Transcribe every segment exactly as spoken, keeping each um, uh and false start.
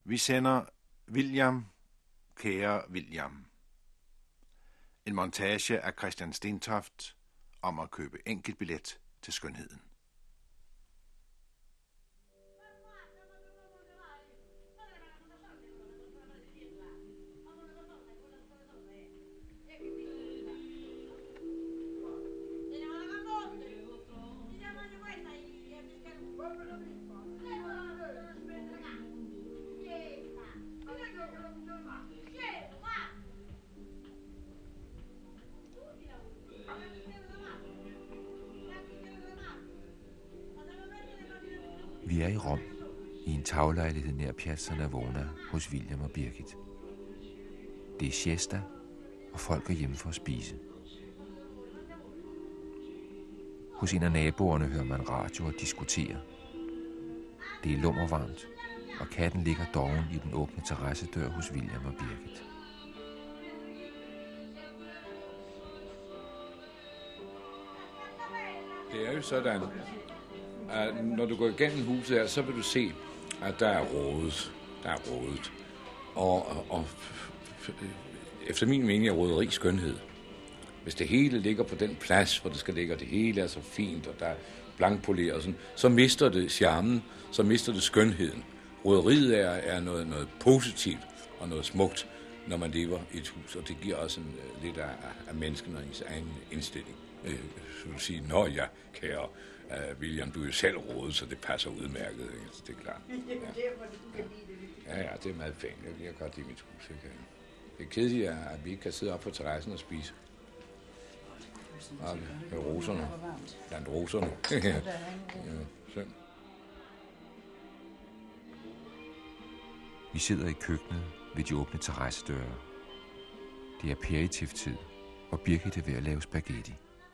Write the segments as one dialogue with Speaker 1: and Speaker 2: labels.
Speaker 1: Vi sender William, kære William. En montage af Christian Stentoft om at købe enkeltbillet til skønheden.
Speaker 2: Vi er i Rom, i en taglejlighed nær Piazza Navona hos William og Birgit. Det er siesta, og folk er hjemme for at spise. Hos en af naboerne hører man radio og diskuterer. Det er lummervarmt, og katten ligger doven i den åbne terrassedør hos William og Birgit.
Speaker 3: Det er jo sådan, at når du går igennem huset her, så vil du se, at der er rådet. Der er rådet. Og, og, og efter min mening er råderi skønhed. Hvis det hele ligger på den plads, hvor det skal ligge, og det hele er så fint, og der er blankpoleret og sådan, så mister det charmen, så mister det skønheden. Råderiet er, er noget, noget positivt og noget smukt, når man lever i et hus, og det giver også en, lidt af, af mennesken og ens egen indstilling. Øh, så vil sige, nå ja, kære uh, William, du er jo selv rådet, så det passer udmærket, ikke? Det er klart. Ja. Ja, ja, det er meget fint. Jeg kan godt lide mit hus. Ikke? Det kedelige er, at vi ikke kan sidde op på terrassen og spise. Og med roserne. Blandt roserne. Ja, synd.
Speaker 2: Vi sidder i køkkenet ved de åbne terrassedøre. Det er aperitivtid, og Birgit er ved at lave spaghetti.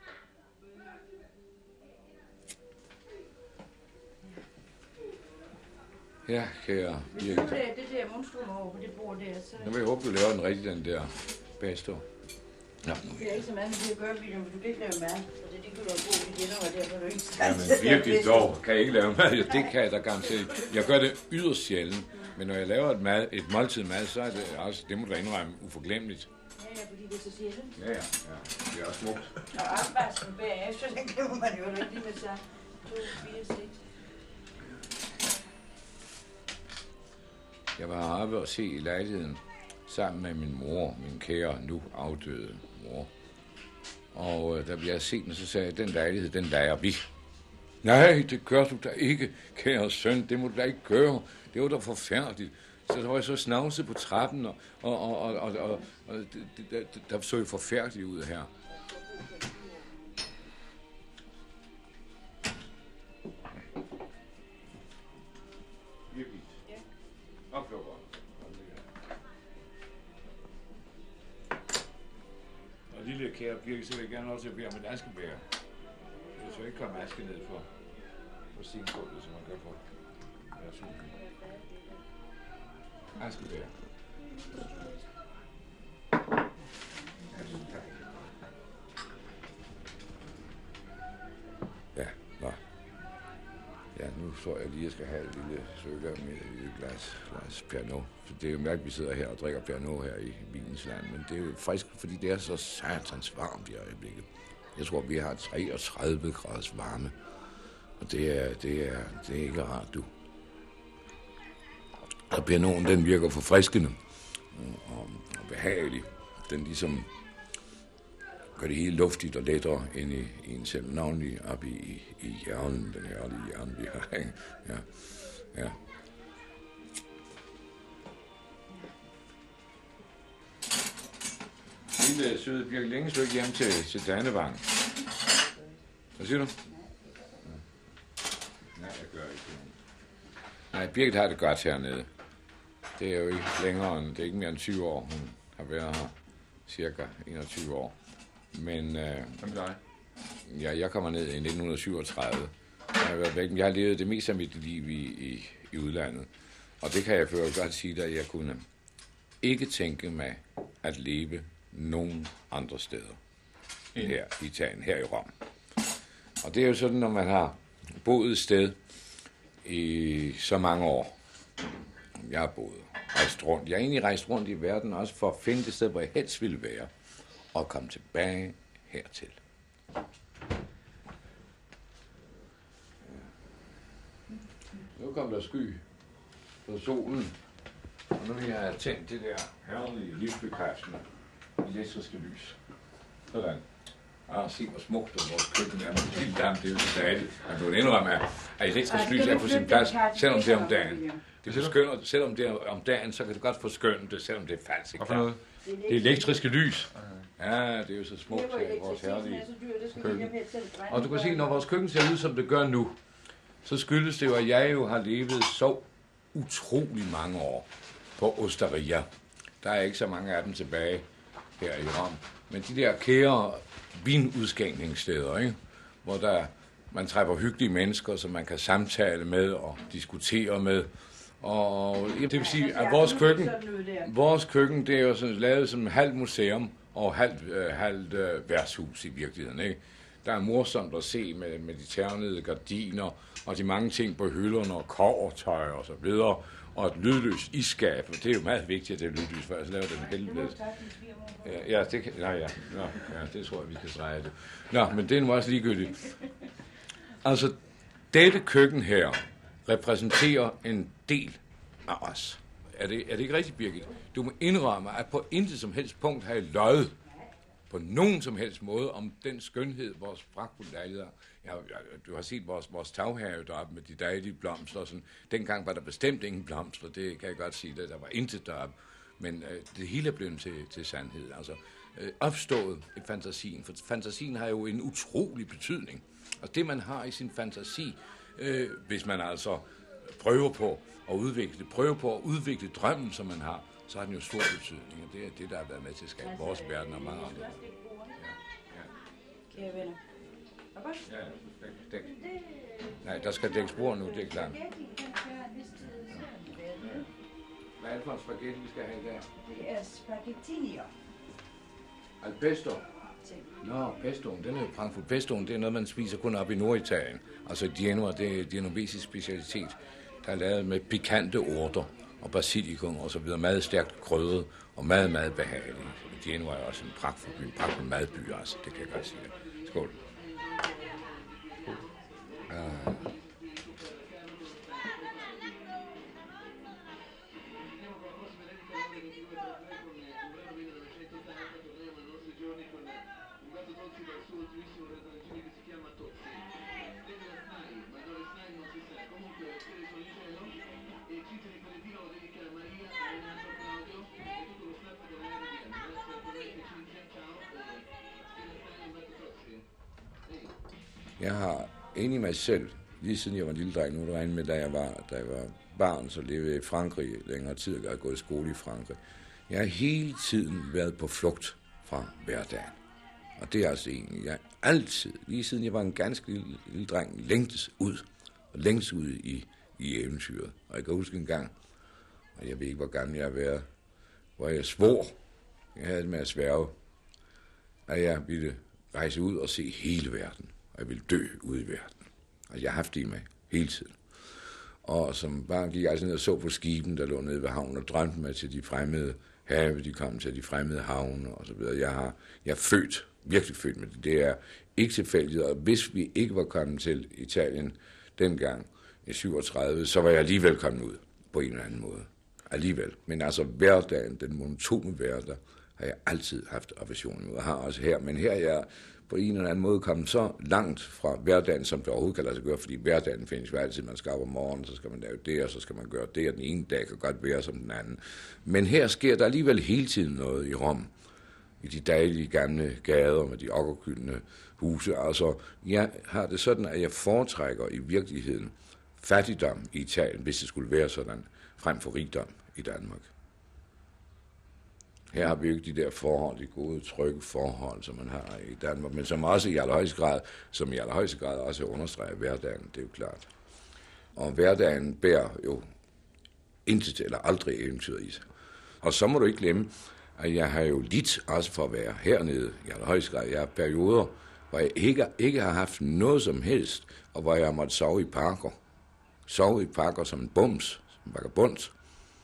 Speaker 3: Ja, kære Birgit.
Speaker 4: Det der monstrum over på det bord der, så...
Speaker 3: Nu vil jeg håbe, du laver den rigtigt, den der bagesto.
Speaker 4: Ja. Det er ikke så meget, at gøre, William, for du kan ikke lave mad. Og det er det, du har god igen, og derfor er du ikke
Speaker 3: ja, men virkelig dog. Kan jeg ikke lave mad? Ja, det kan jeg da garanteret. Jeg gør det yderst sjældent. Men når jeg laver et, mad, et måltid mad, så er det også, det må du indrømme, uforglemmeligt.
Speaker 4: Ja, ja, fordi det er så sjældent.
Speaker 3: Ja, ja, ja. Det er også smukt.
Speaker 4: Og opvasken bagefter, den glemmer man jo ikke lige med sig. to, fire, seks.
Speaker 3: Jeg var oppe og se i lejligheden sammen med min mor, min kære, nu afdøde mor. Og øh, da vi havde set den, så sagde jeg, den lejlighed, den lejer vi. Nej, det gør du da ikke, kære søn, det må du da ikke gøre. Det var da forfærdeligt. Så der var jeg så snavset på trappen, og, og, og, og, og, og, og det, det, der så jo forfærdeligt ud her. Og lille kære Birgit, så vil jeg gerne også bede om et askebær. Så jeg ikke kommer aske ned for, for stengulvet, som man gør på værtshuset. Askebær. Ja, nå. Ja, nu tror jeg lige, at jeg skal have et lille søger med et lille glas, glas Pernod. For det er jo mærkeligt, at vi sidder her og drikker Pernod her i bilens land, men det er jo frisk, fordi det er så satans varmt i øjeblikket. Jeg tror, vi har treogtredive graders varme, og det er, det er, det er ikke rart, du. Og Pernoden, den virker forfriskende og, og behagelig. Den ligesom gør det hele luftigt og lettere ind i, i en selv, navnlig op i, i hjernen, den herlige hjerne, vi har. Ja, ja. Lille søde Birgit, længe stykke hjem til, til Dannevang. Hvad siger du? Nej, jeg gør ikke det. Nej, Birgit har det godt hernede. Det er jo ikke længere end, det er ikke mere end tyve år, hun har været her. Cirka enogtyve år. Men øh, hvad med dig? Ja, jeg kommer ned i nitten syvogtredive. Jeg har været væk, men jeg har levet det meste af mit liv i, i, i udlandet. Og det kan jeg for godt sige, at jeg kunne ikke tænke mig at leve nogen andre steder. Her i Italien, her i Rom. Og det er jo sådan, når man har boet et sted i så mange år, Jeg har boet rejst rundt. Jeg er egentlig rejst rundt i verden også for at finde det sted, hvor jeg helst ville være, og komme tilbage hertil. Nu kom der sky på solen, og nu vil jeg have tændt det der herlige livsbekræftende elektriske lys. Sådan. Ah, se hvor smukt og vores køkken er. Helt varmt, det er jo så dejligt. Man kan indrømme, at elektrisk lys er på sin plads, selvom det er om dagen. Det forskynder, selvom det er om dagen, så kan det godt forskønne det, selvom det er falsk.
Speaker 2: Hvorfor noget?
Speaker 3: Det er elektriske lys. Ja, det er jo så smukt her, vores herlige køkken. Og du kan se, når vores køkken ser ud, som det gør nu, så skyldes det jo, at jeg jo har levet så utrolig mange år på Osteria. Der er ikke så mange af dem tilbage her i Rom. Men de der kære vinudskænkningssteder, ikke? Hvor der, man træffer hyggelige mennesker, som man kan samtale med og diskutere med. Og det vil sige, at vores køkken, vores køkken det er jo sådan lavet som et halvt museum og halvt, øh, halvt øh, værtshus i virkeligheden. Ikke? Der er morsomt at se med, med de ternede gardiner og de mange ting på hylderne og kobbertøj og så videre. Og et lydløst isskab, og det er jo meget vigtigt, at det er lydløst, for ellers laver den helvede. Ja, ja, det kan, nej, ja. Nå, ja, det tror jeg, vi kan dreje det. Nå, men det er nu også ligegyldigt. Altså, dette køkken her repræsenterer en del af os. Er det, er det ikke rigtigt, Birgit? Du må indrømme, at på intet som helst punkt har jeg løjet på nogen som helst måde om den skønhed, vores pragtfulde lejligheder. Ja, du har set vores, vores taghave deroppe med de dejlige blomster. Og sådan. Dengang var der bestemt ingen blomster, det kan jeg godt sige. Der var intet deroppe. Men øh, det hele er blevet til, til sandhed. Altså, øh, opstået i fantasien. For fantasien har jo en utrolig betydning. Og det, man har i sin fantasi, øh, hvis man altså prøver på at udvikle, prøver på at udvikle drømmen, som man har, så har den jo stor betydning. Og det er det, der har været med til at skabe vores verden og mange andre.
Speaker 4: Kære venner.
Speaker 3: Ja, dæk, dæk. Nej, der skal dækkes bord nu, det er klart. Hvad er det for en spaghetti, vi skal have i dag?
Speaker 4: Det er spaghettinier.
Speaker 3: Al pesto? Nå, pestoen, den er jo prangfuld. Pestoen, det er noget, man spiser kun op i Norditalien. Altså Genova, det er genovesisk specialitet, der er lavet med pikante urter og basilikum og så videre. Meget stærkt krydret og meget, meget behageligt. Genova er også en pragtfuld by, en pragtfuld madby, altså, det kan jeg godt sige. Skål. Ah. Jeg har inde i mig selv, lige siden jeg var en lille dreng, nu er det regnet med, da jeg var, da jeg var barn, så levede jeg i Frankrig længere tid, og jeg har gået i skole i Frankrig. Jeg har hele tiden været på flugt fra hverdagen. Og det er altså egentlig, jeg altid, lige siden jeg var en ganske lille, lille dreng, længtes ud, og længtes ud i, i eventyret. Og jeg kan huske en gang, og jeg ved ikke, hvor gammel jeg har været, hvor jeg svor, jeg havde det med at sværge, at jeg ville rejse ud og se hele verden. Og jeg ville dø ude i verden. Og jeg har haft det i mig hele tiden. Og som barn gik jeg altså ned og så på skiben, der lå nede ved havnen, og drømte mig til de fremmede have, de kom til de fremmede havne og så videre. Jeg har, jeg er født, virkelig født med det. Det er ikke tilfældigt, og hvis vi ikke var kommet til Italien dengang i syvogtredive, så var jeg alligevel kommet ud på en eller anden måde. Alligevel. Men altså hverdagen, den monotone hverdag, har jeg altid haft aversion imod. Jeg har også her, men her er jeg på en eller anden måde kommet så langt fra hverdagen, som det overhovedet kan lade sig gøre, fordi hverdagen findes jo altid, man skal op om morgenen, så skal man lave det, og så skal man gøre det, og den ene dag kan godt være som den anden. Men her sker der alligevel hele tiden noget i Rom, i de dejlige gamle gader med de okkerkyldne huse. Altså, jeg har det sådan, at jeg foretrækker i virkeligheden fattigdom i Italien, hvis det skulle være sådan, frem for rigdom i Danmark. Her har vi jo ikke de der forhold, de gode, trygge forhold, som man har i Danmark, men som også i allerhøjeste grad, som i allerhøjeste grad også understreger hverdagen, det er jo klart. Og hverdagen bærer jo intet eller aldrig eventyret i sig. Og så må du ikke glemme, at jeg har jo lidt også for at være hernede i allerhøjeste grad. Jeg har perioder, hvor jeg ikke, ikke har haft noget som helst, og hvor jeg måtte sove i parker. Sove i parker som en bums, som vagabond.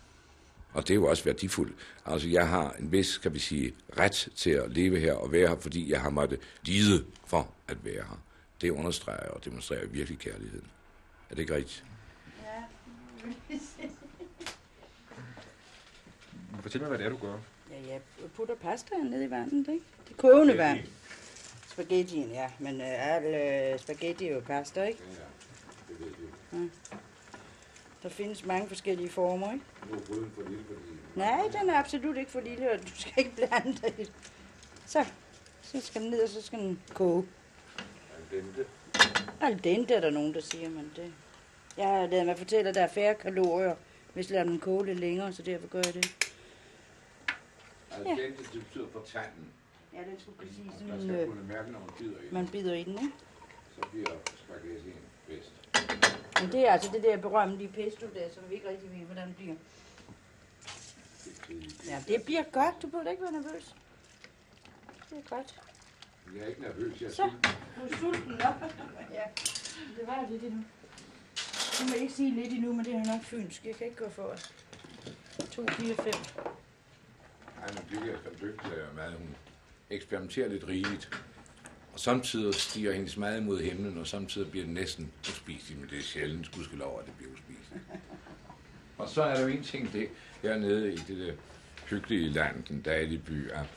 Speaker 3: Og det er jo også værdifuldt. Altså, jeg har en vis, kan vi sige, ret til at leve her og være her, fordi jeg har måttet lide for at være her. Det understreger og demonstrerer virkelig kærligheden. Er det ikke rigtigt?
Speaker 4: Ja.
Speaker 2: Fortæl mig, hvad det er, du gør.
Speaker 4: Ja, jeg putter pastaen ned i vandet, ikke? Det kogende vand. Spaghettien, ja. Men uh, al uh, spaghetti er jo pasta, ikke?
Speaker 3: Ja, det ved jeg.
Speaker 4: Ja. Der findes mange forskellige former, ikke?
Speaker 3: Nu er gryden for lille, fordi...
Speaker 4: Nej, den er absolut ikke for lille, og du skal ikke blande det. Så, så skal den ned, og så skal den koge.
Speaker 3: Al dente.
Speaker 4: Al dente er der nogen, der siger, men det... Jeg har lavet mig fortælle, at der er færre kalorier, hvis jeg lader den koge lidt længere, så derfor gør jeg det.
Speaker 3: Al
Speaker 4: Ja.
Speaker 3: dente, det betyder for tanden.
Speaker 4: Ja, den skulle præcis
Speaker 3: Man
Speaker 4: sådan,
Speaker 3: skal
Speaker 4: øh,
Speaker 3: kunne mærke, når man bider i den.
Speaker 4: man bider i den, ikke?
Speaker 3: Så bliver spaghettien bedst.
Speaker 4: Men det er altså det der berømte pesto der, som vi ikke rigtig ved, hvordan det bliver. Ja, det bliver godt. Du burde ikke være nervøs. Det er godt.
Speaker 3: Jeg er ikke nervøs, jeg er
Speaker 4: Så,
Speaker 3: sulten.
Speaker 4: du er sulten nok. Ja, det var lidt endnu. Du må ikke sige lidt endnu, men det er nok fynsk. Jeg kan ikke gå for os. to, fire, fem.
Speaker 3: Ej, men det er så dygtig af mad. Hun eksperimenterer lidt rigeligt. Og samtidig stiger hendes mad mod himlen, og samtidig bliver det næsten uspiselig, men det er sjældent, gudskelov, at det bliver uspiselig. Og så er der jo en ting, det hernede i det der hyggelige land, den dejlige by, at,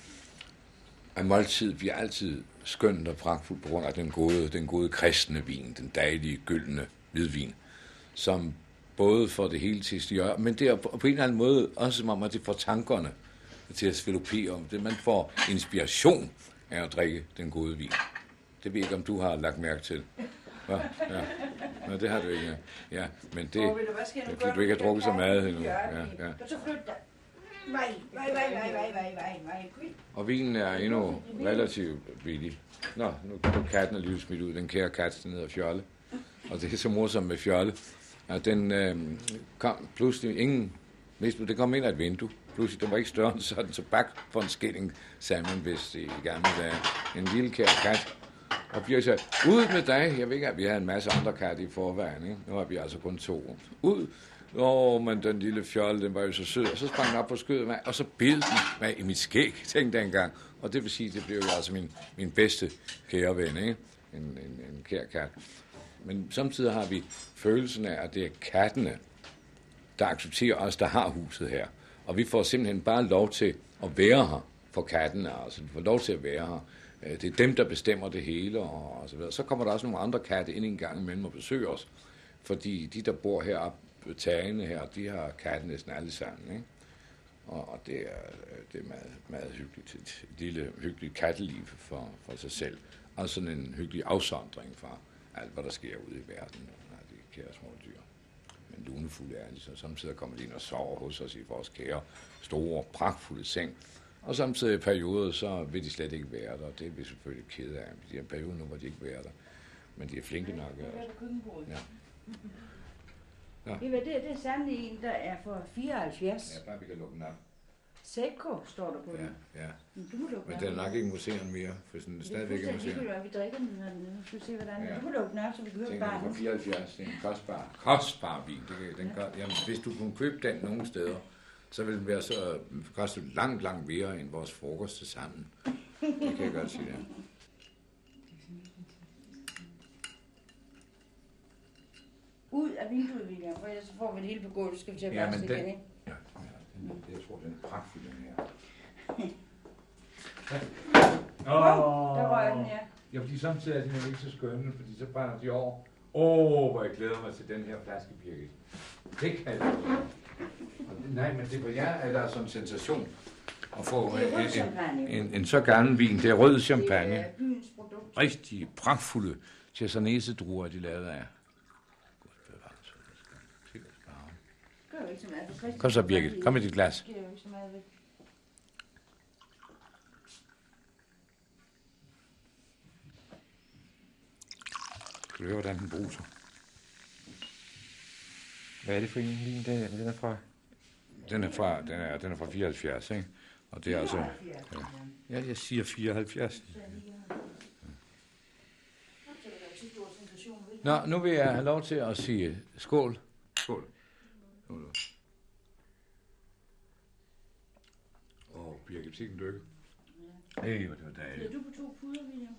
Speaker 3: at måltid bliver altid skønt og pragtfuldt på grund af den gode, den gode kristne vin, den dejlige, gyldne hvidvin, som både får det hele til at stige, men det er på en eller anden måde også som om, at det får tankerne til at svelopere om det. Man får inspiration af at drikke den gode vin. Det ved jeg ikke, om du har lagt mærke til. Ja, ja. Nå, det har du ikke. Ja, men det,
Speaker 4: Åh, ved du, hvad skal jeg nu
Speaker 3: det,
Speaker 4: gøre?
Speaker 3: du ikke har drukket så meget endnu.
Speaker 4: Ja,
Speaker 3: Ja,
Speaker 4: ja.
Speaker 3: ja.
Speaker 4: Så flyt dig. Vej, vej, vej, vej, vej, vej, vej, vej.
Speaker 3: Og vinen er endnu relativt billig. Nå, nu er katten alligevel smidt ud. Den kære kat, den hedder Fjolle. Og det er så morsomt med Fjolle. At den øh, kom pludselig ingen... Det kom ind af et vindue. Pludselig, den var ikke større end sådan, så bak for en skilling, sagde man vist i gamle dage. En lille kær kat. Og Bjørk sagde, ud med dig. Jeg ved ikke, at vi havde en masse andre katte i forvejen. Ikke? Nu har vi altså kun to. Ud. Åh, men den lille fjolle, den var jo så sød. Og så sprang den op på skødet mig, og så bed den mig i mit skæg, tænkte jeg engang. Og det vil sige, det blev jo altså min, min bedste kære ven, ikke? En, en, en kær kat. Men samtidig har vi følelsen af, at det er kattene, der accepterer os, der har huset her. Og vi får simpelthen bare lov til at være her for kattene, altså vi får lov til at være her. Det er dem, der bestemmer det hele, og, og så videre. Så kommer der også nogle andre katte ind en gang imellem og besøger os, fordi de, der bor heroppe på tagene her, de har katte næsten alle sammen, ikke? Og, og det er, det er meget, meget hyggeligt, et lille hyggeligt katteliv for, for sig selv, og sådan en hyggelig afsondring fra alt, hvad der sker ude i verden, af de kære små dyr. Men lunefulde er de, så samtidig kommer de ind og sover hos os i vores kære, store, pragtfulde seng. Og samtidig i perioder, så vil de slet ikke være der, og det er vi selvfølgelig ked af. De her perioder nu, hvor de ikke være der. Men de er flinke nok. Ja.
Speaker 4: Ja. Det, det er sandelig en, der er for fireoghalvfjerds.
Speaker 3: Ja, bare vi kan lukke den op.
Speaker 4: Seco står der på den.
Speaker 3: Ja, ja.
Speaker 4: Men du må lukke
Speaker 3: Men
Speaker 4: den
Speaker 3: den er nok ikke museum mere, for sådan det er stadigvæk er museum.
Speaker 4: Vi drikker den hernede. Nu skal vi se, hvordan
Speaker 3: Ja.
Speaker 4: ja. Du må lukke den op, så vi kan høre
Speaker 3: Tænker
Speaker 4: bare
Speaker 3: fra fireoghalvfjerds, det er en kostbar, kostbar vin. Det kan, den gør, jamen, hvis du kunne købe den nogle steder, så ville den være så koste langt, langt mere end vores frokost til sammen. Det kan jeg godt sige, ja.
Speaker 4: ud af vinduet, William, for ellers får vi det hele på gulvet, så skal vi til at
Speaker 3: Ja,
Speaker 4: børste
Speaker 3: men
Speaker 4: igen,
Speaker 3: den,
Speaker 4: ikke?
Speaker 3: ja, den, jeg tror, den er pragtfuld, den her.
Speaker 4: Åh, der røg den, ja.
Speaker 3: Ja, fordi samtidig er de nemlig ikke så skønne, fordi så brænder de over. Åh, oh, hvor jeg glæder mig til den her flaske, Birgit. Det kan jeg ikke. Nej, men det for jer er der sådan en sensation at få
Speaker 4: Det er rød
Speaker 3: en,
Speaker 4: champagne.
Speaker 3: en, en, en så gammel vin. Det er rød champagne.
Speaker 4: Det er byens produkt.
Speaker 3: Rigtig pragtfulde Chassanese-druer, de lavet af.
Speaker 4: Gør jo ikke så meget for Christian.
Speaker 3: Kom så, Birgit. Kom med dit glas.
Speaker 4: Det gør jo ikke så meget ved.
Speaker 3: Skal du høre, hvordan den bruser?
Speaker 2: Hvad er det for en vin, der den er fra?
Speaker 3: Den er fra, den er, den er fra fireoghalvfjerds, ikke? Og det er altså... Ja, ja jeg siger fireoghalvfjerds. Nå, nu vil jeg have lov til at sige skål. Skål. Birgit, sikke en lykke. Hey, hvor det var dejligt.
Speaker 4: Gider du på to puder, William?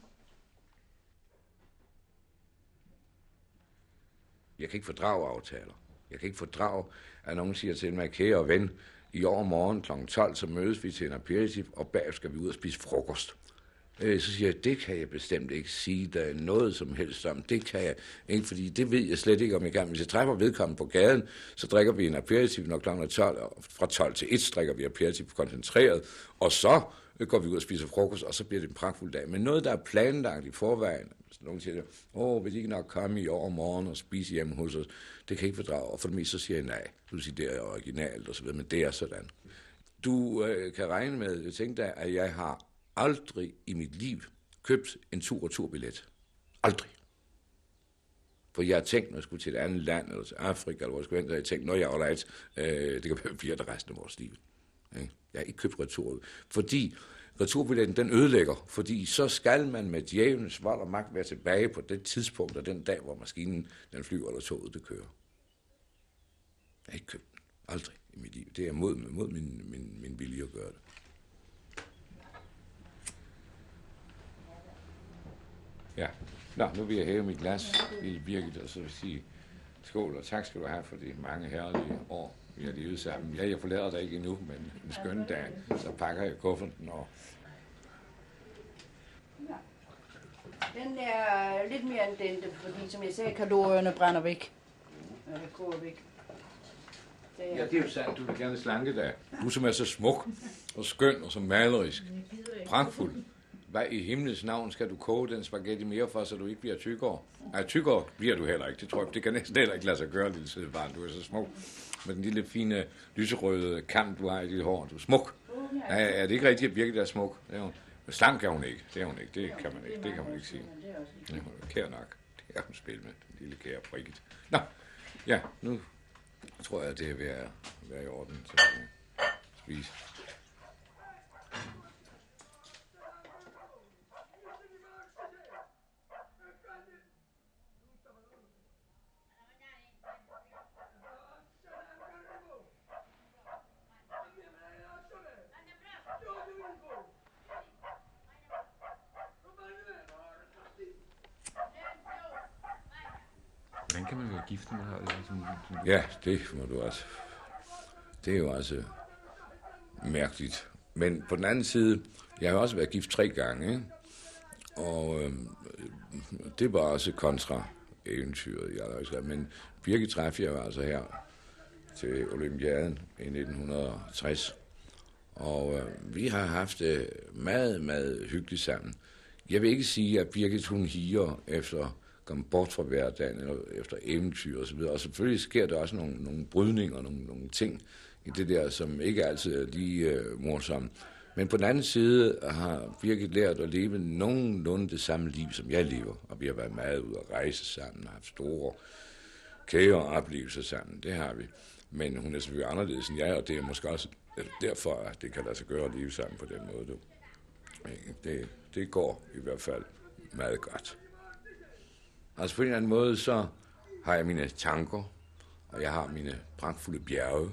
Speaker 3: Jeg kan ikke fordrage aftaler. Jeg kan ikke fordrage, at nogen siger til mig, kære ven, i år morgen klokken tolv, så mødes vi til en aperitif, og bagefter skal vi ud og spise frokost. Så siger jeg, det kan jeg bestemt ikke sige, der er noget som helst om. Det kan jeg ikke, fordi det ved jeg slet ikke, om jeg kan. Hvis jeg træffer vedkommende på gaden, så drikker vi en aperitif, når klokken er tolv, og fra tolv til et drikker vi aperitif koncentreret, og så går vi ud og spiser frokost, og så bliver det en pragtfuld dag. Men noget, der er planlagt i forvejen, så nogen siger, åh, vil de ikke nok komme i år og morgen og spise hjemme hos os? Det kan jeg ikke fordrage, og for det meste så siger jeg nej. Du siger, det er originalt og så videre, men det er sådan. Du øh, kan regne med, jeg tænker dig, at jeg har aldrig i mit liv købt en tur-retur-billet. Aldrig. For jeg har tænkt, når jeg skulle til et andet land, eller til Afrika, eller hvor jeg skulle hen, så har jeg tænkt, når jeg er overlejt, øh, det kan være fire resten af vores liv. Jeg har ikke købt retur. Fordi returbilletten, den ødelægger, fordi så skal man med djævelens vold og magt være tilbage på det tidspunkt, og den dag, hvor maskinen, den flyver, eller toget, det kører. Jeg har ikke købt den. Aldrig i mit liv. Det er mod, mod min, min, min vilje at gøre det. Ja, nå, nu vil jeg hæve mit glas, lille Birgit, og så vil sige skål og tak skal du have for de mange herlige år, vi har levet sammen. Ja, jeg forlader dig ikke endnu, men en skøn dag, så pakker jeg kufferten og...
Speaker 4: Ja. Den er lidt mere end den, fordi som jeg sagde, kalorierne brænder væk. Eller koger væk. Det er...
Speaker 3: Ja, det er jo sandt, du vil gerne slanke dig. Du som er så smuk og skøn og så malerisk, pragtfuld. Hvad i himlens navn skal du koge den spaghetti mere for, så du ikke bliver tykkere? Nej, tykkere bliver du heller ikke. Det tror jeg, det kan næsten heller ikke lade sig gøre, lille søde barn. Du er så smuk. Med den lille fine lyserøde kam, du har i dit hår. Du er smuk. Ja, er det ikke rigtigt, at Birgit er smuk? Det er hun. Men slank er hun ikke. Det er hun ikke. Det kan man ikke. Det kan man ikke sige. Ja, hun er kær nok. Det er hun spil med. Den lille kære Birgit. Nå, ja, nu tror jeg, det er ved at være i orden til at spise.
Speaker 2: Hvordan kan man være gift, når man har det sådan?
Speaker 3: Ja, det må du også. Det er jo altså mærkeligt. Men på den anden side, jeg har også været gift tre gange, ikke? Og øh, det var også kontra eventyret i allerhøjeste. Men Birgit træffede jeg altså her til Olympiaden i nitten tres. Og øh, vi har haft det meget, meget hyggeligt sammen. Jeg vil ikke sige, at Birgit hun higer efter komme bort fra hverdagen, eller efter eventyr og så videre. Og selvfølgelig sker der også nogle, nogle brydninger, nogle, nogle ting i det der, som ikke altid er lige øh, morsomme. Men på den anden side har Birgit lært at leve nogenlunde det samme liv, som jeg lever. Og vi har været meget ude at rejse sammen, og haft store kære oplevelser sammen. Det har vi. Men hun er selvfølgelig anderledes end jeg, og det er måske også derfor, at det kan lade sig gøre at leve sammen på den måde. Du. Det, det går i hvert fald meget godt. Altså på en eller anden måde, så har jeg mine tanker, og jeg har mine pragtfulde bjerge,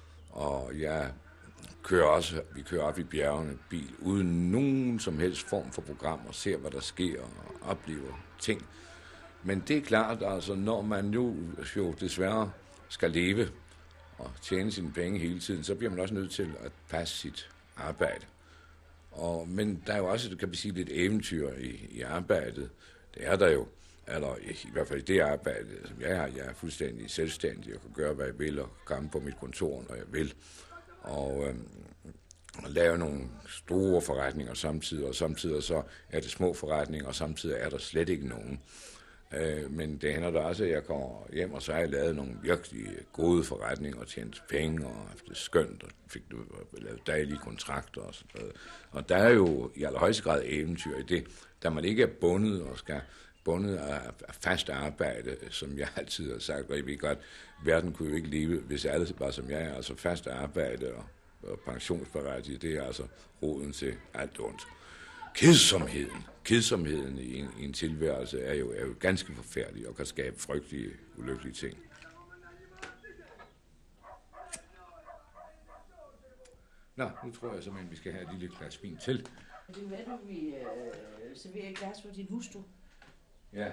Speaker 3: og jeg kører også, vi kører op i bjergene bil, uden nogen som helst form for program, og ser, hvad der sker, og oplever ting. Men det er klart, altså, når man nu jo desværre skal leve og tjene sine penge hele tiden, så bliver man også nødt til at passe sit arbejde. Og, men der er jo også, kan vi sige, lidt eventyr i, i arbejdet. Det er der jo. Eller i hvert fald det arbejde, som jeg har. Jeg er fuldstændig selvstændig og kan gøre, hvad jeg vil, og komme på mit kontor, når jeg vil. Og, øhm, og lave nogle store forretninger samtidig, og samtidig så er det små forretninger, og samtidig er der slet ikke nogen. Øh, men det hænder der også, at jeg kommer hjem, og så har jeg lavet nogle virkelig gode forretninger, og tjent penge, og haft det skønt, og fik lavet daglige kontrakter og sådan noget. Og der er jo i allerhøjeste grad eventyr i det, da man ikke er bundet og skal bundet af fast arbejde, som jeg altid har sagt, og jeg ved godt, verden kunne jo ikke leve, hvis alle var som jeg er, altså fast arbejde og, og pensionsberettigelse, det er altså roden til alt ondt. Kedsomheden, kedsomheden i en, i en tilværelse er jo, er jo ganske forfærdelig og kan skabe frygtelige, ulykkelige ting. Nå, nu tror jeg simpelthen, vi skal have et lille glas vin til.
Speaker 4: Det kan være, du vil øh, servere et glas for din hustru.
Speaker 3: Ja.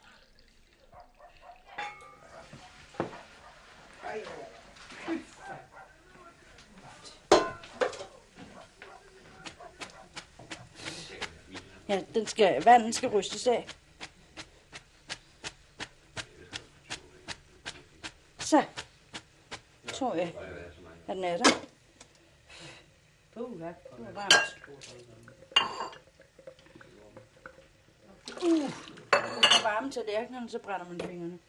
Speaker 4: Ej, ja, den skal, vandet skal rystes af. Så tror jeg, at den er der. Puh, det var varmt. Uh, det er varme tallerkenerne, så brænder man fingrene.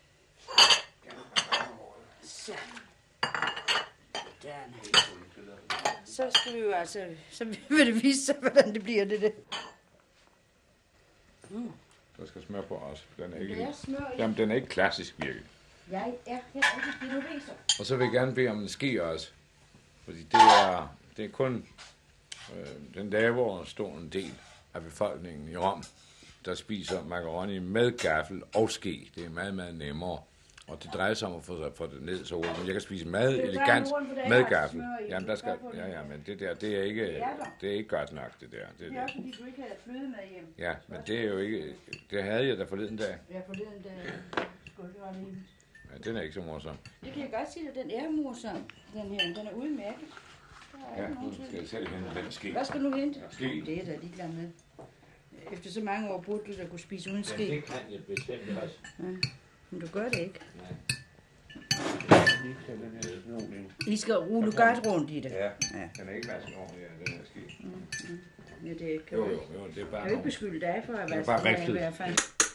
Speaker 4: Så. Den. Så skal vi jo altså, så vil det vise sig, hvordan det bliver det. det.
Speaker 3: Mm. Der skal smør på også. Den er ikke,
Speaker 4: det er smør, ja.
Speaker 3: Jamen, den er ikke klassisk virkelig.
Speaker 4: Jeg er helt rigtig genoveser.
Speaker 3: Og så vil jeg gerne bede om en ske også. Fordi det er, det er kun øh, den lavere stående del af befolkningen i Rom, der spiser macaroni med gaffel og ske. Det er meget, meget nemmere. Og det drejer sig om at få, få det ned så hurtigt. Men jeg kan spise mad elegant med gaffel. Jamen, der skal, ja, ja, men det der, det er ikke, det er ikke godt nok, det der. Det,
Speaker 4: det er også, fordi du ikke havde flødemad hjem.
Speaker 3: Ja, men det er jo ikke, det havde jeg da forleden dag.
Speaker 4: Ja, forleden dag. Skål, det var det.
Speaker 3: Ja, den er ikke så morsom.
Speaker 4: Det kan jeg godt sige, at den er morsom. Den her, den er udmærket.
Speaker 3: Ja, nu skal jeg selv hente den ske.
Speaker 4: Hvad skal du hente?
Speaker 3: Ske.
Speaker 4: Det er da ligeglad med. Efter så mange år burde du da kunne spise uden ske.
Speaker 3: Ja, det kan jeg bestemt også.
Speaker 4: Ja, men du gør det ikke.
Speaker 3: Nej.
Speaker 4: I skal rulle godt rundt i det.
Speaker 3: Ja, ja. Den er ikke været sådan ordentlig, den her ske.
Speaker 4: Mm, mm. Ja, det kan
Speaker 3: jo,
Speaker 4: jo,
Speaker 3: jo, jo, det er bare
Speaker 4: kan jo ikke beskylde dig for at være
Speaker 3: sådan
Speaker 4: i hvert fald.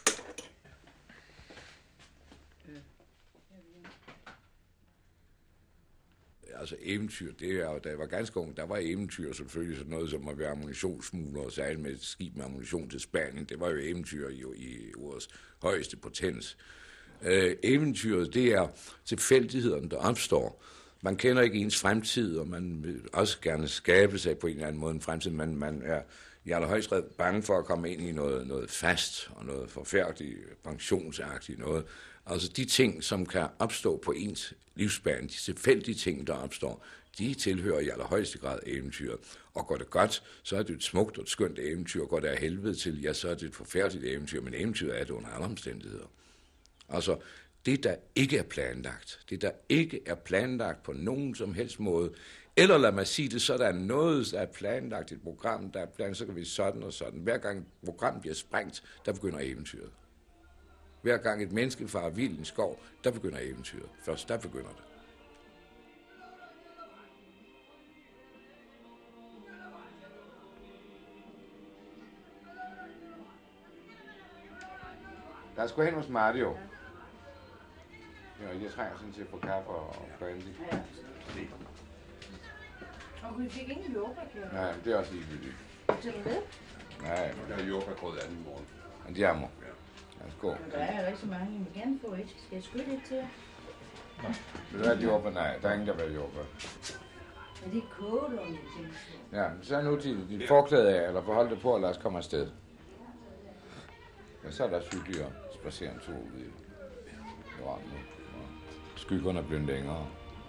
Speaker 3: Altså eventyr, det er jo, da jeg var ganske ung, der var eventyr selvfølgelig sådan noget som at være ammunitionsmugler, og særligt med et skib med ammunition til Spanien. Det var jo eventyr i, i ordets højeste potens. Øh, eventyret, det er tilfældighederne, der opstår. Man kender ikke ens fremtid, og man vil også gerne skabe sig på en eller anden måde en fremtid. Man, man er i allerhøjst bange for at komme ind i noget, noget fast og noget forfærdeligt, pensionsagtigt noget. Altså de ting, som kan opstå på ens livsbane, de tilfældige ting, der opstår, de tilhører i allerhøjeste grad eventyret. Og går det godt, så er det et smukt og et skønt eventyr. Går det af helvede til, ja, så er det et forfærdeligt eventyr, men eventyret er det under alle omstændigheder. Altså, det der ikke er planlagt, det der ikke er planlagt på nogen som helst måde, eller lad mig sige det, så der er noget, der er planlagt, et program, der er planlagt, så kan vi sådan og sådan. Hver gang et program bliver sprængt, der begynder eventyret. Hver gang et menneske farer vild i en skov, der begynder eventyret. Først der begynder det. Der er sgu hen hos Mario. Ja, jeg trænger sådan til at få kaffe og brandy.
Speaker 4: Ja. Og vi fik ingen jordbærkører.
Speaker 3: Nej, det er også ligegyldigt.
Speaker 4: Til du med?
Speaker 3: Nej,
Speaker 5: der er jordbærgrød af den i morgen.
Speaker 3: Andiamo. Ja, skål.
Speaker 4: Der er rigtig mange, vi vil gerne få et. Skal jeg skyde lidt til jer?
Speaker 3: Vil du have jordbær? Nej, der er ingen, der vil have jordbær.
Speaker 4: Er det koget om det ting?
Speaker 3: Ja, så nu dit, dit forklæde af, eller forhold det på, og lad os komme afsted. Ja, så er der cykler og spacerer en tur ud i vandet. Skyggerne er blevet længere.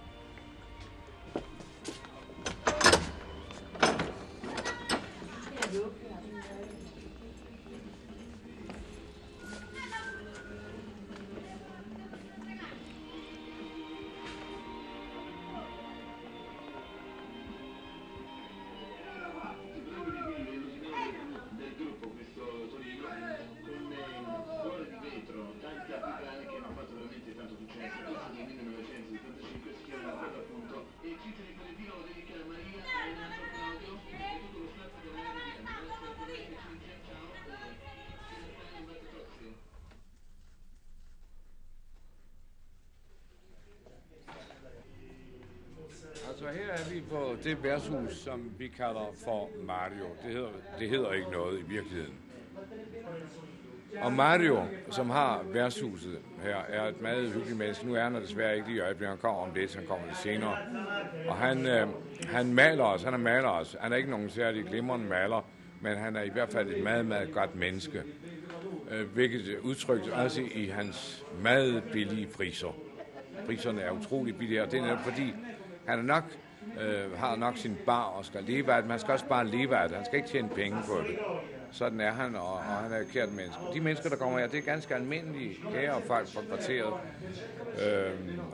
Speaker 3: Så her er vi på det værtshus, som vi kalder for Mario. Det hedder, det hedder ikke noget i virkeligheden. Og Mario, som har værtshuset her, er et meget hyggeligt menneske. Nu er han desværre ikke lige i øjeblikket. Han kommer om lidt, han kommer lidt senere. Og han, øh, han maler os, han er maler os. Han er ikke nogen særlig glimrende maler, men han er i hvert fald et meget, meget godt menneske. Øh, hvilket udtrykt også i hans meget billige priser. Priserne er utrolig billige, og det er netop fordi, han er nok øh, har nok sin bar og skal leve af det. Man skal også bare leve af det. Han skal ikke tjene penge på det. Sådan er han, og, og han er et kært menneske. De mennesker, der kommer her, det er ganske almindelige kære folk fra kvarteret. Øh,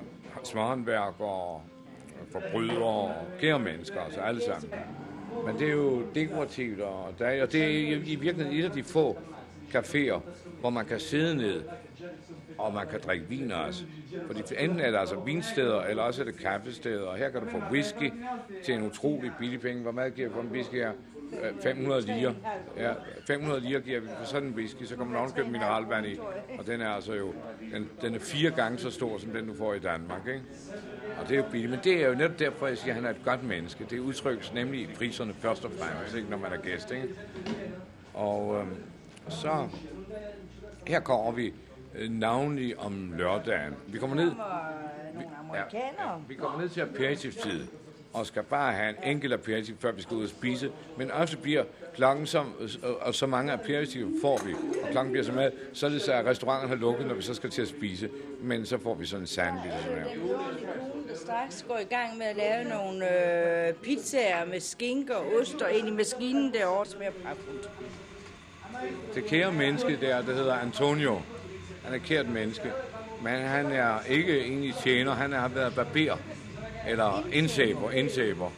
Speaker 3: småhåndværkere, forbrydere og kære mennesker, altså alle sammen. Men det er jo dekorativt, og, der, og det er i virkeligheden et af de få caféer, hvor man kan sidde ned, og man kan drikke vin også. Fordi enten er det altså vinsteder, eller også er det kaffesteder, og her kan du få whisky til en utrolig billig penge. Hvor meget giver vi for en whisky her? fem hundrede lire. Ja, fem hundrede lire giver vi for sådan en whisky, så kan man også købe mineralvand i, og den er altså jo, den, den er fire gange så stor, som den du får i Danmark, ikke? Og det er jo billigt, men det er jo netop derfor, jeg siger, at han er et godt menneske. Det udtrykkes nemlig i priserne først og fremmest, ikke, når man er gæst, ikke? Og øhm, så, her kommer vi øh, navnlig om lørdagen. Vi kommer ned, vi, ja, ja, vi kommer ned til aperitivtid, og skal bare have en enkelt aperitiv, før vi skal ud og spise. Men ofte bliver klokken, som, og så mange aperitiver får vi, og klokken bliver så meget, så er det så, at restauranterne har lukket, når vi så skal til at spise. Men så får vi sådan en sandwich. Sådan
Speaker 4: her. Straks går i gang med at lave nogle øh, pizzaer med skinke og ost, og ind i maskinen derovre, som er pragtfuldt.
Speaker 3: Det kære menneske der, der hedder Antonio. Han er et kært menneske, men han er ikke egentlig tjener, han har været barber. Eller indsæber, indsæber.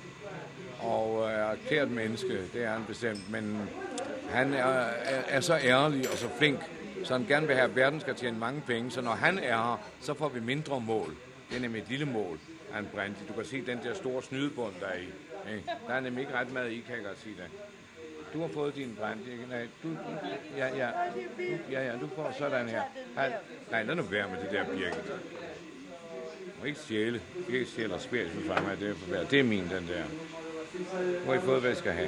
Speaker 3: Og er et kært menneske, det er han bestemt. Men han er, er, er så ærlig og så flink, så han gerne vil have, at verden skal tjene mange penge. Så når han er her, så får vi mindre mål. Det er nemlig et lille mål af en brandy. Du kan se den der store snydebund, der er i. Der er nemlig ikke ret meget i, kan jeg godt sige det. Du har fået din brandy, ikke? Nej, du, ja, ja, du, ja, ja, du får sådan her. Nej, lad nu være med det der, Birgit. Du må ikke stjæle. Vi ikke stjæle og spiritus fra mig. Det er forfærdeligt. Det er min, den der. Nu har I fået, hvad jeg skal have.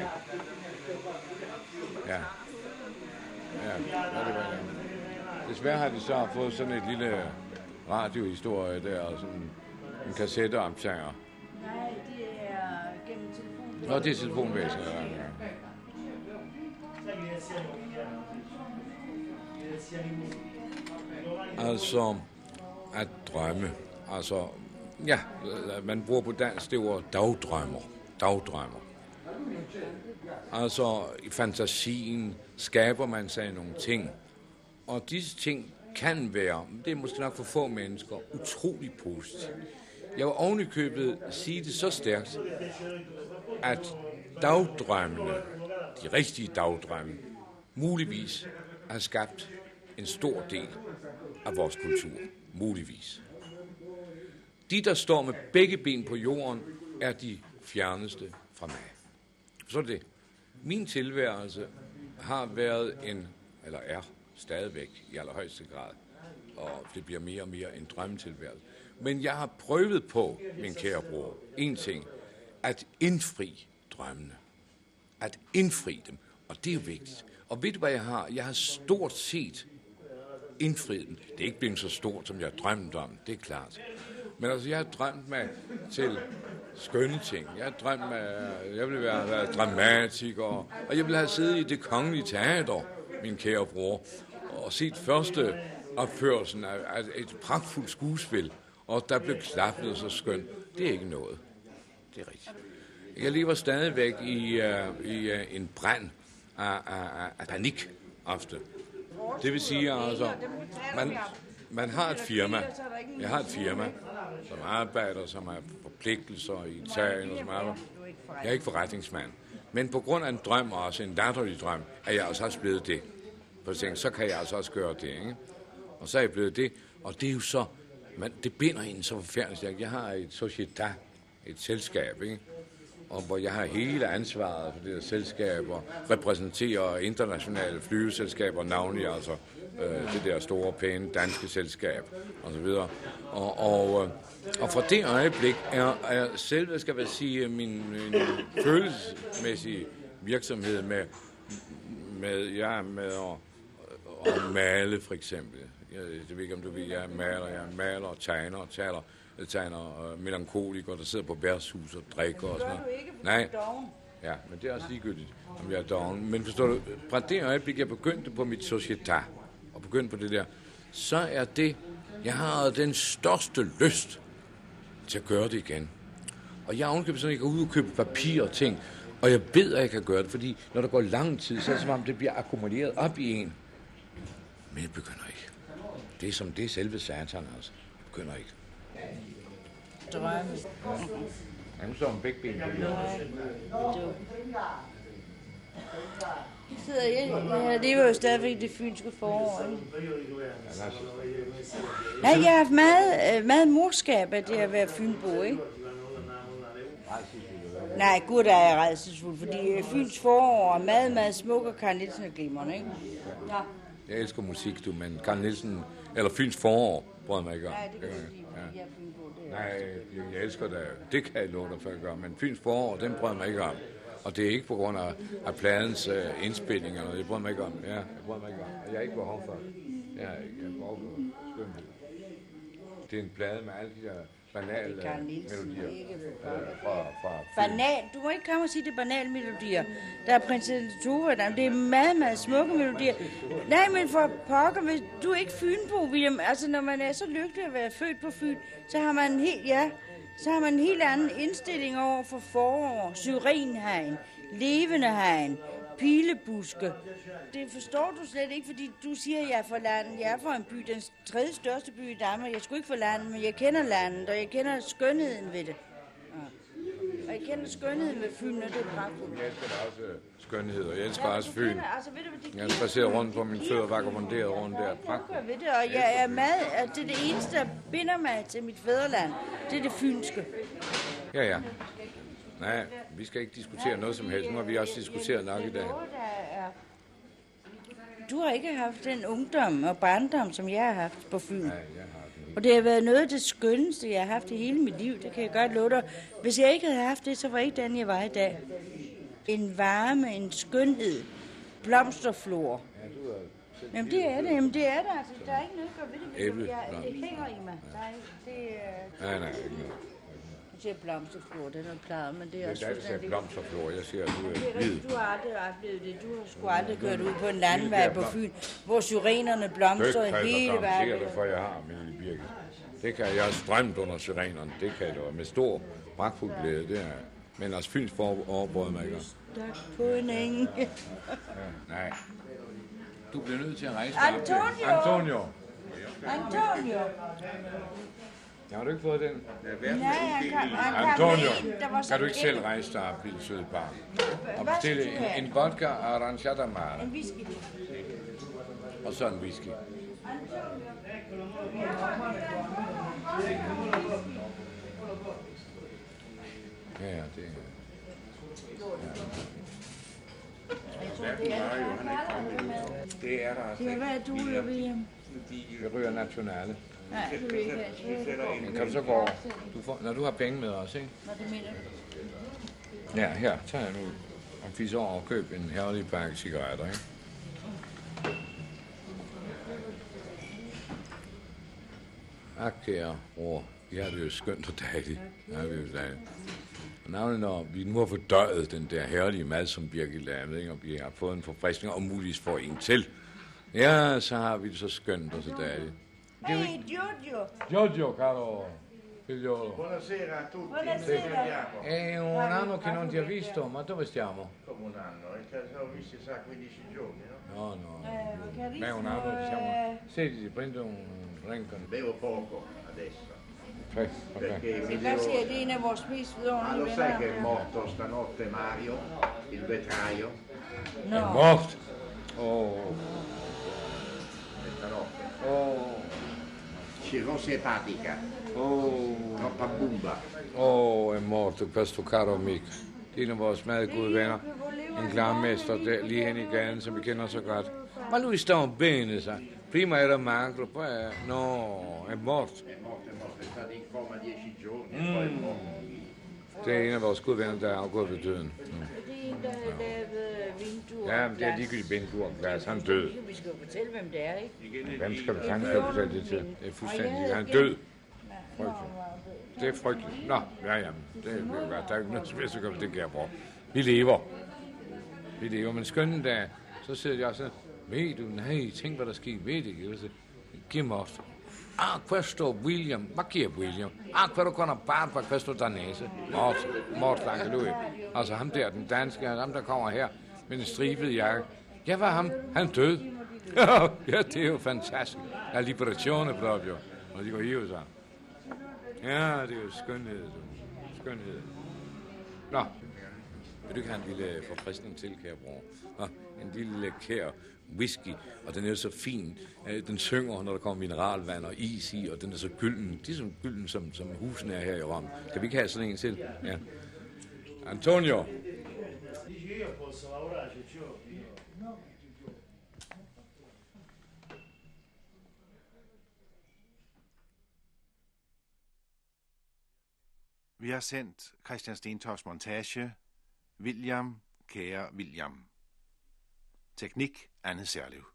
Speaker 3: Ja. Ja, det var det. Desværre har vi så fået sådan et lille radiohistorie der, og sådan en kassetteoptager.
Speaker 4: Nej, det er gennem telefonen.
Speaker 3: Nå, det er telefonvæsen, ja. Altså, at drømme. Altså, ja, man bruger på dansk det ord dagdrømmer. Dagdrømmer. Altså, i fantasien skaber man sig nogle ting. Og disse ting kan være, det er måske nok for få mennesker, utrolig positivt. Jeg vil ovenikøbet sige det så stærkt, at dagdrømmene, de rigtige dagdrømme, muligvis har skabt en stor del af vores kultur. Muligvis. De, der står med begge ben på jorden, er de fjerneste fra mig. Så det. Min tilværelse har været en, eller er stadigvæk i allerhøjeste grad, og det bliver mere og mere en drømmetilværelse. Men jeg har prøvet på, min kære bror, en ting, at indfri drømmene. At indfri dem, og det er vigtigt. Og ved du, hvad jeg har? Jeg har stort set indfriet dem. Det er ikke blevet så stort, som jeg drømte om, det er klart. Men altså, jeg har drømt mig til skønne ting. Jeg har drømt mig, jeg ville være, være dramatiker, og jeg ville have siddet i Det Kongelige Teater, min kære bror, og set første opførelsen af et pragtfuldt skuespil, og der blev klappet så skønt. Det er ikke noget. Det er rigtigt. Jeg lever stadigvæk i, uh, i uh, en brand af, af, af panik ofte. Det vil sige, altså, man, man har et firma. Jeg har et firma, som arbejder, som har forpligtelser i Italien, og som arbejder. Jeg er ikke forretningsmand. Men på grund af en drøm, og også en latterlig drøm, er jeg altså også blevet det. For jeg tænker, så kan jeg altså også gøre det, ikke? Og så er jeg blevet det, og det er jo så, man, det binder en så forfærdeligt. Jeg har et societat, et selskab, ikke? Og hvor jeg har hele ansvaret for det der selskab, og repræsenterer internationale flyveselskaber, navnlig altså øh, det der store, pæne danske selskab, og så videre. Og, og, øh, og fra det øjeblik er, er selve, skal jeg sige, min, min følelsesmæssige virksomhed med, med, ja, med at, at male, for eksempel. Jeg, jeg ved ikke, om du ved, jeg maler, jeg maler og tegner og taler. Jeg tegner uh, melankolikere, der sidder på værtshus og drikker og sådan noget. Nej, ja, men det er også ligegyldigt, om jeg er doven. Men forstår du, fra det øjeblik, jeg begyndte på mit societat, og begyndte på det der, så er det, jeg har den største lyst til at gøre det igen. Og jeg ovenkøber sådan, at jeg går ud og køber papir og ting. Og jeg ved, at jeg kan gøre det, fordi når der går lang tid, så er det som om, det bliver akkumuleret op i en. Men jeg begynder ikke. Det er som det er selve satan, altså. Jeg begynder ikke.
Speaker 4: Drømme.
Speaker 3: Ja, nu står om begge ben.
Speaker 4: Jeg sidder jeg, jeg lever jo stadigvæk det fynske forår. Nej, jeg har haft meget, meget morskab af det at være fynbo, ikke? Nej, gud, der er jeg rædselsfuld, fordi Fyns forår er meget, meget smuk, og Carl Nielsen er glimrende, ikke? Ja.
Speaker 3: Jeg elsker musik, du, men Carl Nielsen, eller Fyns forår, bryder mig ikke om.
Speaker 4: Nej, det kan jeg sige, fordi jeg er fynbo.
Speaker 3: Nej, jeg, jeg elsker det. Det kan jeg love dig for at gøre, men Fyns forår, den bryder mig ikke om. Og det er ikke på grund af, af pladens uh, indspilning eller noget. Jeg bryder mig ikke om. Ja, jeg bryder mig ikke om. Og jeg har ikke behov for det. Jeg har ikke behov for skønhed. Det er en plade med alle de der banale melodier. Fra, fra
Speaker 4: Banal. Du må ikke komme og sige, det er banale melodier. Der er prinsesse Tove, der det er meget, meget smukke melodier. Nej, men for pokker, hvis du er ikke fynbo, William. Altså, når man er så lykkelig at være født på Fyn, så har man en helt, ja, så har man en helt anden indstilling over for forår, syrenhegn, levende hegn, pilebuske. Det forstår du slet ikke, fordi du siger, at jeg er fra landet. Jeg er fra en by, den tredje største by i Danmark. Jeg skulle ikke fra landet, men jeg kender landet, og jeg kender skønheden ved det. Ja. Og jeg kender skønheden ved Fyn, og det er pragtfuldt.
Speaker 3: Jeg elsker da også skønhed, og jeg elsker ja, også Fyn.
Speaker 4: Altså, ved du, hvad det
Speaker 3: jeg spacerer rundt på mine fødder, vagabonderet rundt der.
Speaker 4: Pragtfuldt. Ved det, og jeg er meget, at det er det eneste, der binder mig til mit fædreland. Det er det fynske.
Speaker 3: Ja, ja. Nej, vi skal ikke diskutere noget som helst. Nu har vi også diskuteret nok i dag.
Speaker 4: Du har ikke haft den ungdom og barndom, som jeg har haft på Fyn.
Speaker 3: Nej, jeg har den.
Speaker 4: Og det har været noget af det skønneste, jeg har haft i hele mit liv. Det kan jeg godt love dig. Hvis jeg ikke havde haft det, så var ikke den, jeg var i dag. En varme, en skønhed, blomsterflor.
Speaker 3: Ja, du er
Speaker 4: Jamen det er det, jamen det er det. Altså, der er ikke noget at gøre ved det. Jeg, det hænger i mig. Der er, det, uh...
Speaker 3: Nej, nej, ikke noget.
Speaker 4: Jeg siger blomsterflor, den er plejet, men det er også...
Speaker 3: Det er der, jeg siger blomsterflor. Jeg siger, at du er hvid.
Speaker 4: Du har aldrig oplevet det. Du har sgu aldrig kørt ud på en landvej på Fyn, hvor syrenerne blomstrede hele vejen.
Speaker 3: Det kan jeg for, jeg har, min lille Birgit. Det kan jeg også drømt under syrenerne. Det kan jeg med stor pragtfuld glæde. Det er. Men altså Fyns forår mig ikke.
Speaker 4: Tak på en eng.
Speaker 3: Ja, nej. Du bliver nødt til at rejse dig.
Speaker 4: Antonio!
Speaker 3: Antonio!
Speaker 4: Antonio!
Speaker 3: Jeg har du ikke fået den?
Speaker 4: Nej, han kan, han
Speaker 3: Antonio,
Speaker 4: kan, en, der var
Speaker 3: kan du ikke selv rejse dig op, lille søde barn? Og bestille en, en vodka aranciata mare.
Speaker 4: En whisky.
Speaker 3: Og så en whisky. Ja, ja, det er...
Speaker 1: Det er der altså
Speaker 4: ikke. Hvad er du, William?
Speaker 3: Jeg ryger nationale.
Speaker 4: Nej, det vil ikke have.
Speaker 3: Men kan du så gå du får, når du har penge med os, ikke?
Speaker 4: Hvad det mener du?
Speaker 3: Ja, her, tag jeg nu og fis over og køb en herlig pakke cigaretter, ikke? Ak, kære bror, vi har det jo skønt og dejligt. Ja, vi jo dejligt. Og navnet, når vi nu har fordøjet den der herlige mad, som Birgit lavede, ikke? Og vi har fået en forfriskning og muligvis får en til. Ja, så har vi det så skønt og så dejligt.
Speaker 4: Hey, Giorgio!
Speaker 3: Giorgio, caro figliolo.
Speaker 1: Buonasera a tutti.
Speaker 4: Buonasera.
Speaker 3: È un anno che non ti ho visto, ma dove stiamo?
Speaker 1: Come un anno? Ci siamo visti sa quindici giorni, no?
Speaker 3: No, no.
Speaker 4: Eh,
Speaker 3: Beh, un anno ci siamo... Senti, prendo un Renken.
Speaker 1: Bevo poco adesso.
Speaker 3: Okay, okay.
Speaker 1: Perché mi
Speaker 4: Hvad
Speaker 1: devo...
Speaker 4: siger, det er en af vores mest
Speaker 1: Ah,
Speaker 4: vidunderlige
Speaker 1: lo sai che è
Speaker 4: venner.
Speaker 1: morto stanotte Mario, il vetraio?
Speaker 3: È
Speaker 4: Nå,
Speaker 3: morto. Oh,
Speaker 1: È stanotte.
Speaker 3: oh,
Speaker 1: Cirrosi epatica,
Speaker 3: oh,
Speaker 1: troppa bomba.
Speaker 3: oh, è morto questo caro amico. En af vores meget gode venner. En klarmester der, lige hen i gaden, som vi kender så godt. Ma lui sta bene, sa. Prima era magro, poi... È... No, è morto.
Speaker 1: È morto, è morto, è stato in coma dieci giorni e poi è morto.
Speaker 3: Det er en af vores gode venner, der er afgået ved døden. Mm.
Speaker 4: det er en, der har lavet vinduer.
Speaker 3: Ja, men det er ligegyldigt vinduer og glas. Han død.
Speaker 4: Vi skal jo fortælle, hvem det er, ikke?
Speaker 3: Hvem skal du fanden skal fortælle det til? Det er fuldstændig. Han er død. Frygteligt. Det er frygteligt. Nå, ja, ja. Det vil jo være. Der er ikke noget som helst, det kan jeg bruge. Vi lever. Vi lever. Men skønne dag, så sidder jeg også sådan, ved du, nej, tænk hvad der sker, ved det ikke? Giv mig også. Ah, questo William. Ma chi è William? Ah, quello con la barba, questo danese. Mort, Mort Lange Louis. Altså ham der, den danske, ham der kommer her med en stribet jakke. Ja, var ham. Han døde. Ja, det er jo fantastisk. La liberazione proprio. Og de går hive sig. Ja, det er jo skønhed. Skønhed. Nå, vil du ikke have en lille forfriskning til, kære bror? Nå, en lille kær whisky, og den er så fin. Den synger, når der kommer mineralvand og is i, og den er så gylden. De er så gylden, som, som husene er her i Rom. Kan vi ikke have sådan en til? Ja. Antonio.
Speaker 1: Vi har sendt Christian Stentofts montage, William, kære William. Teknik, Anne Serlev.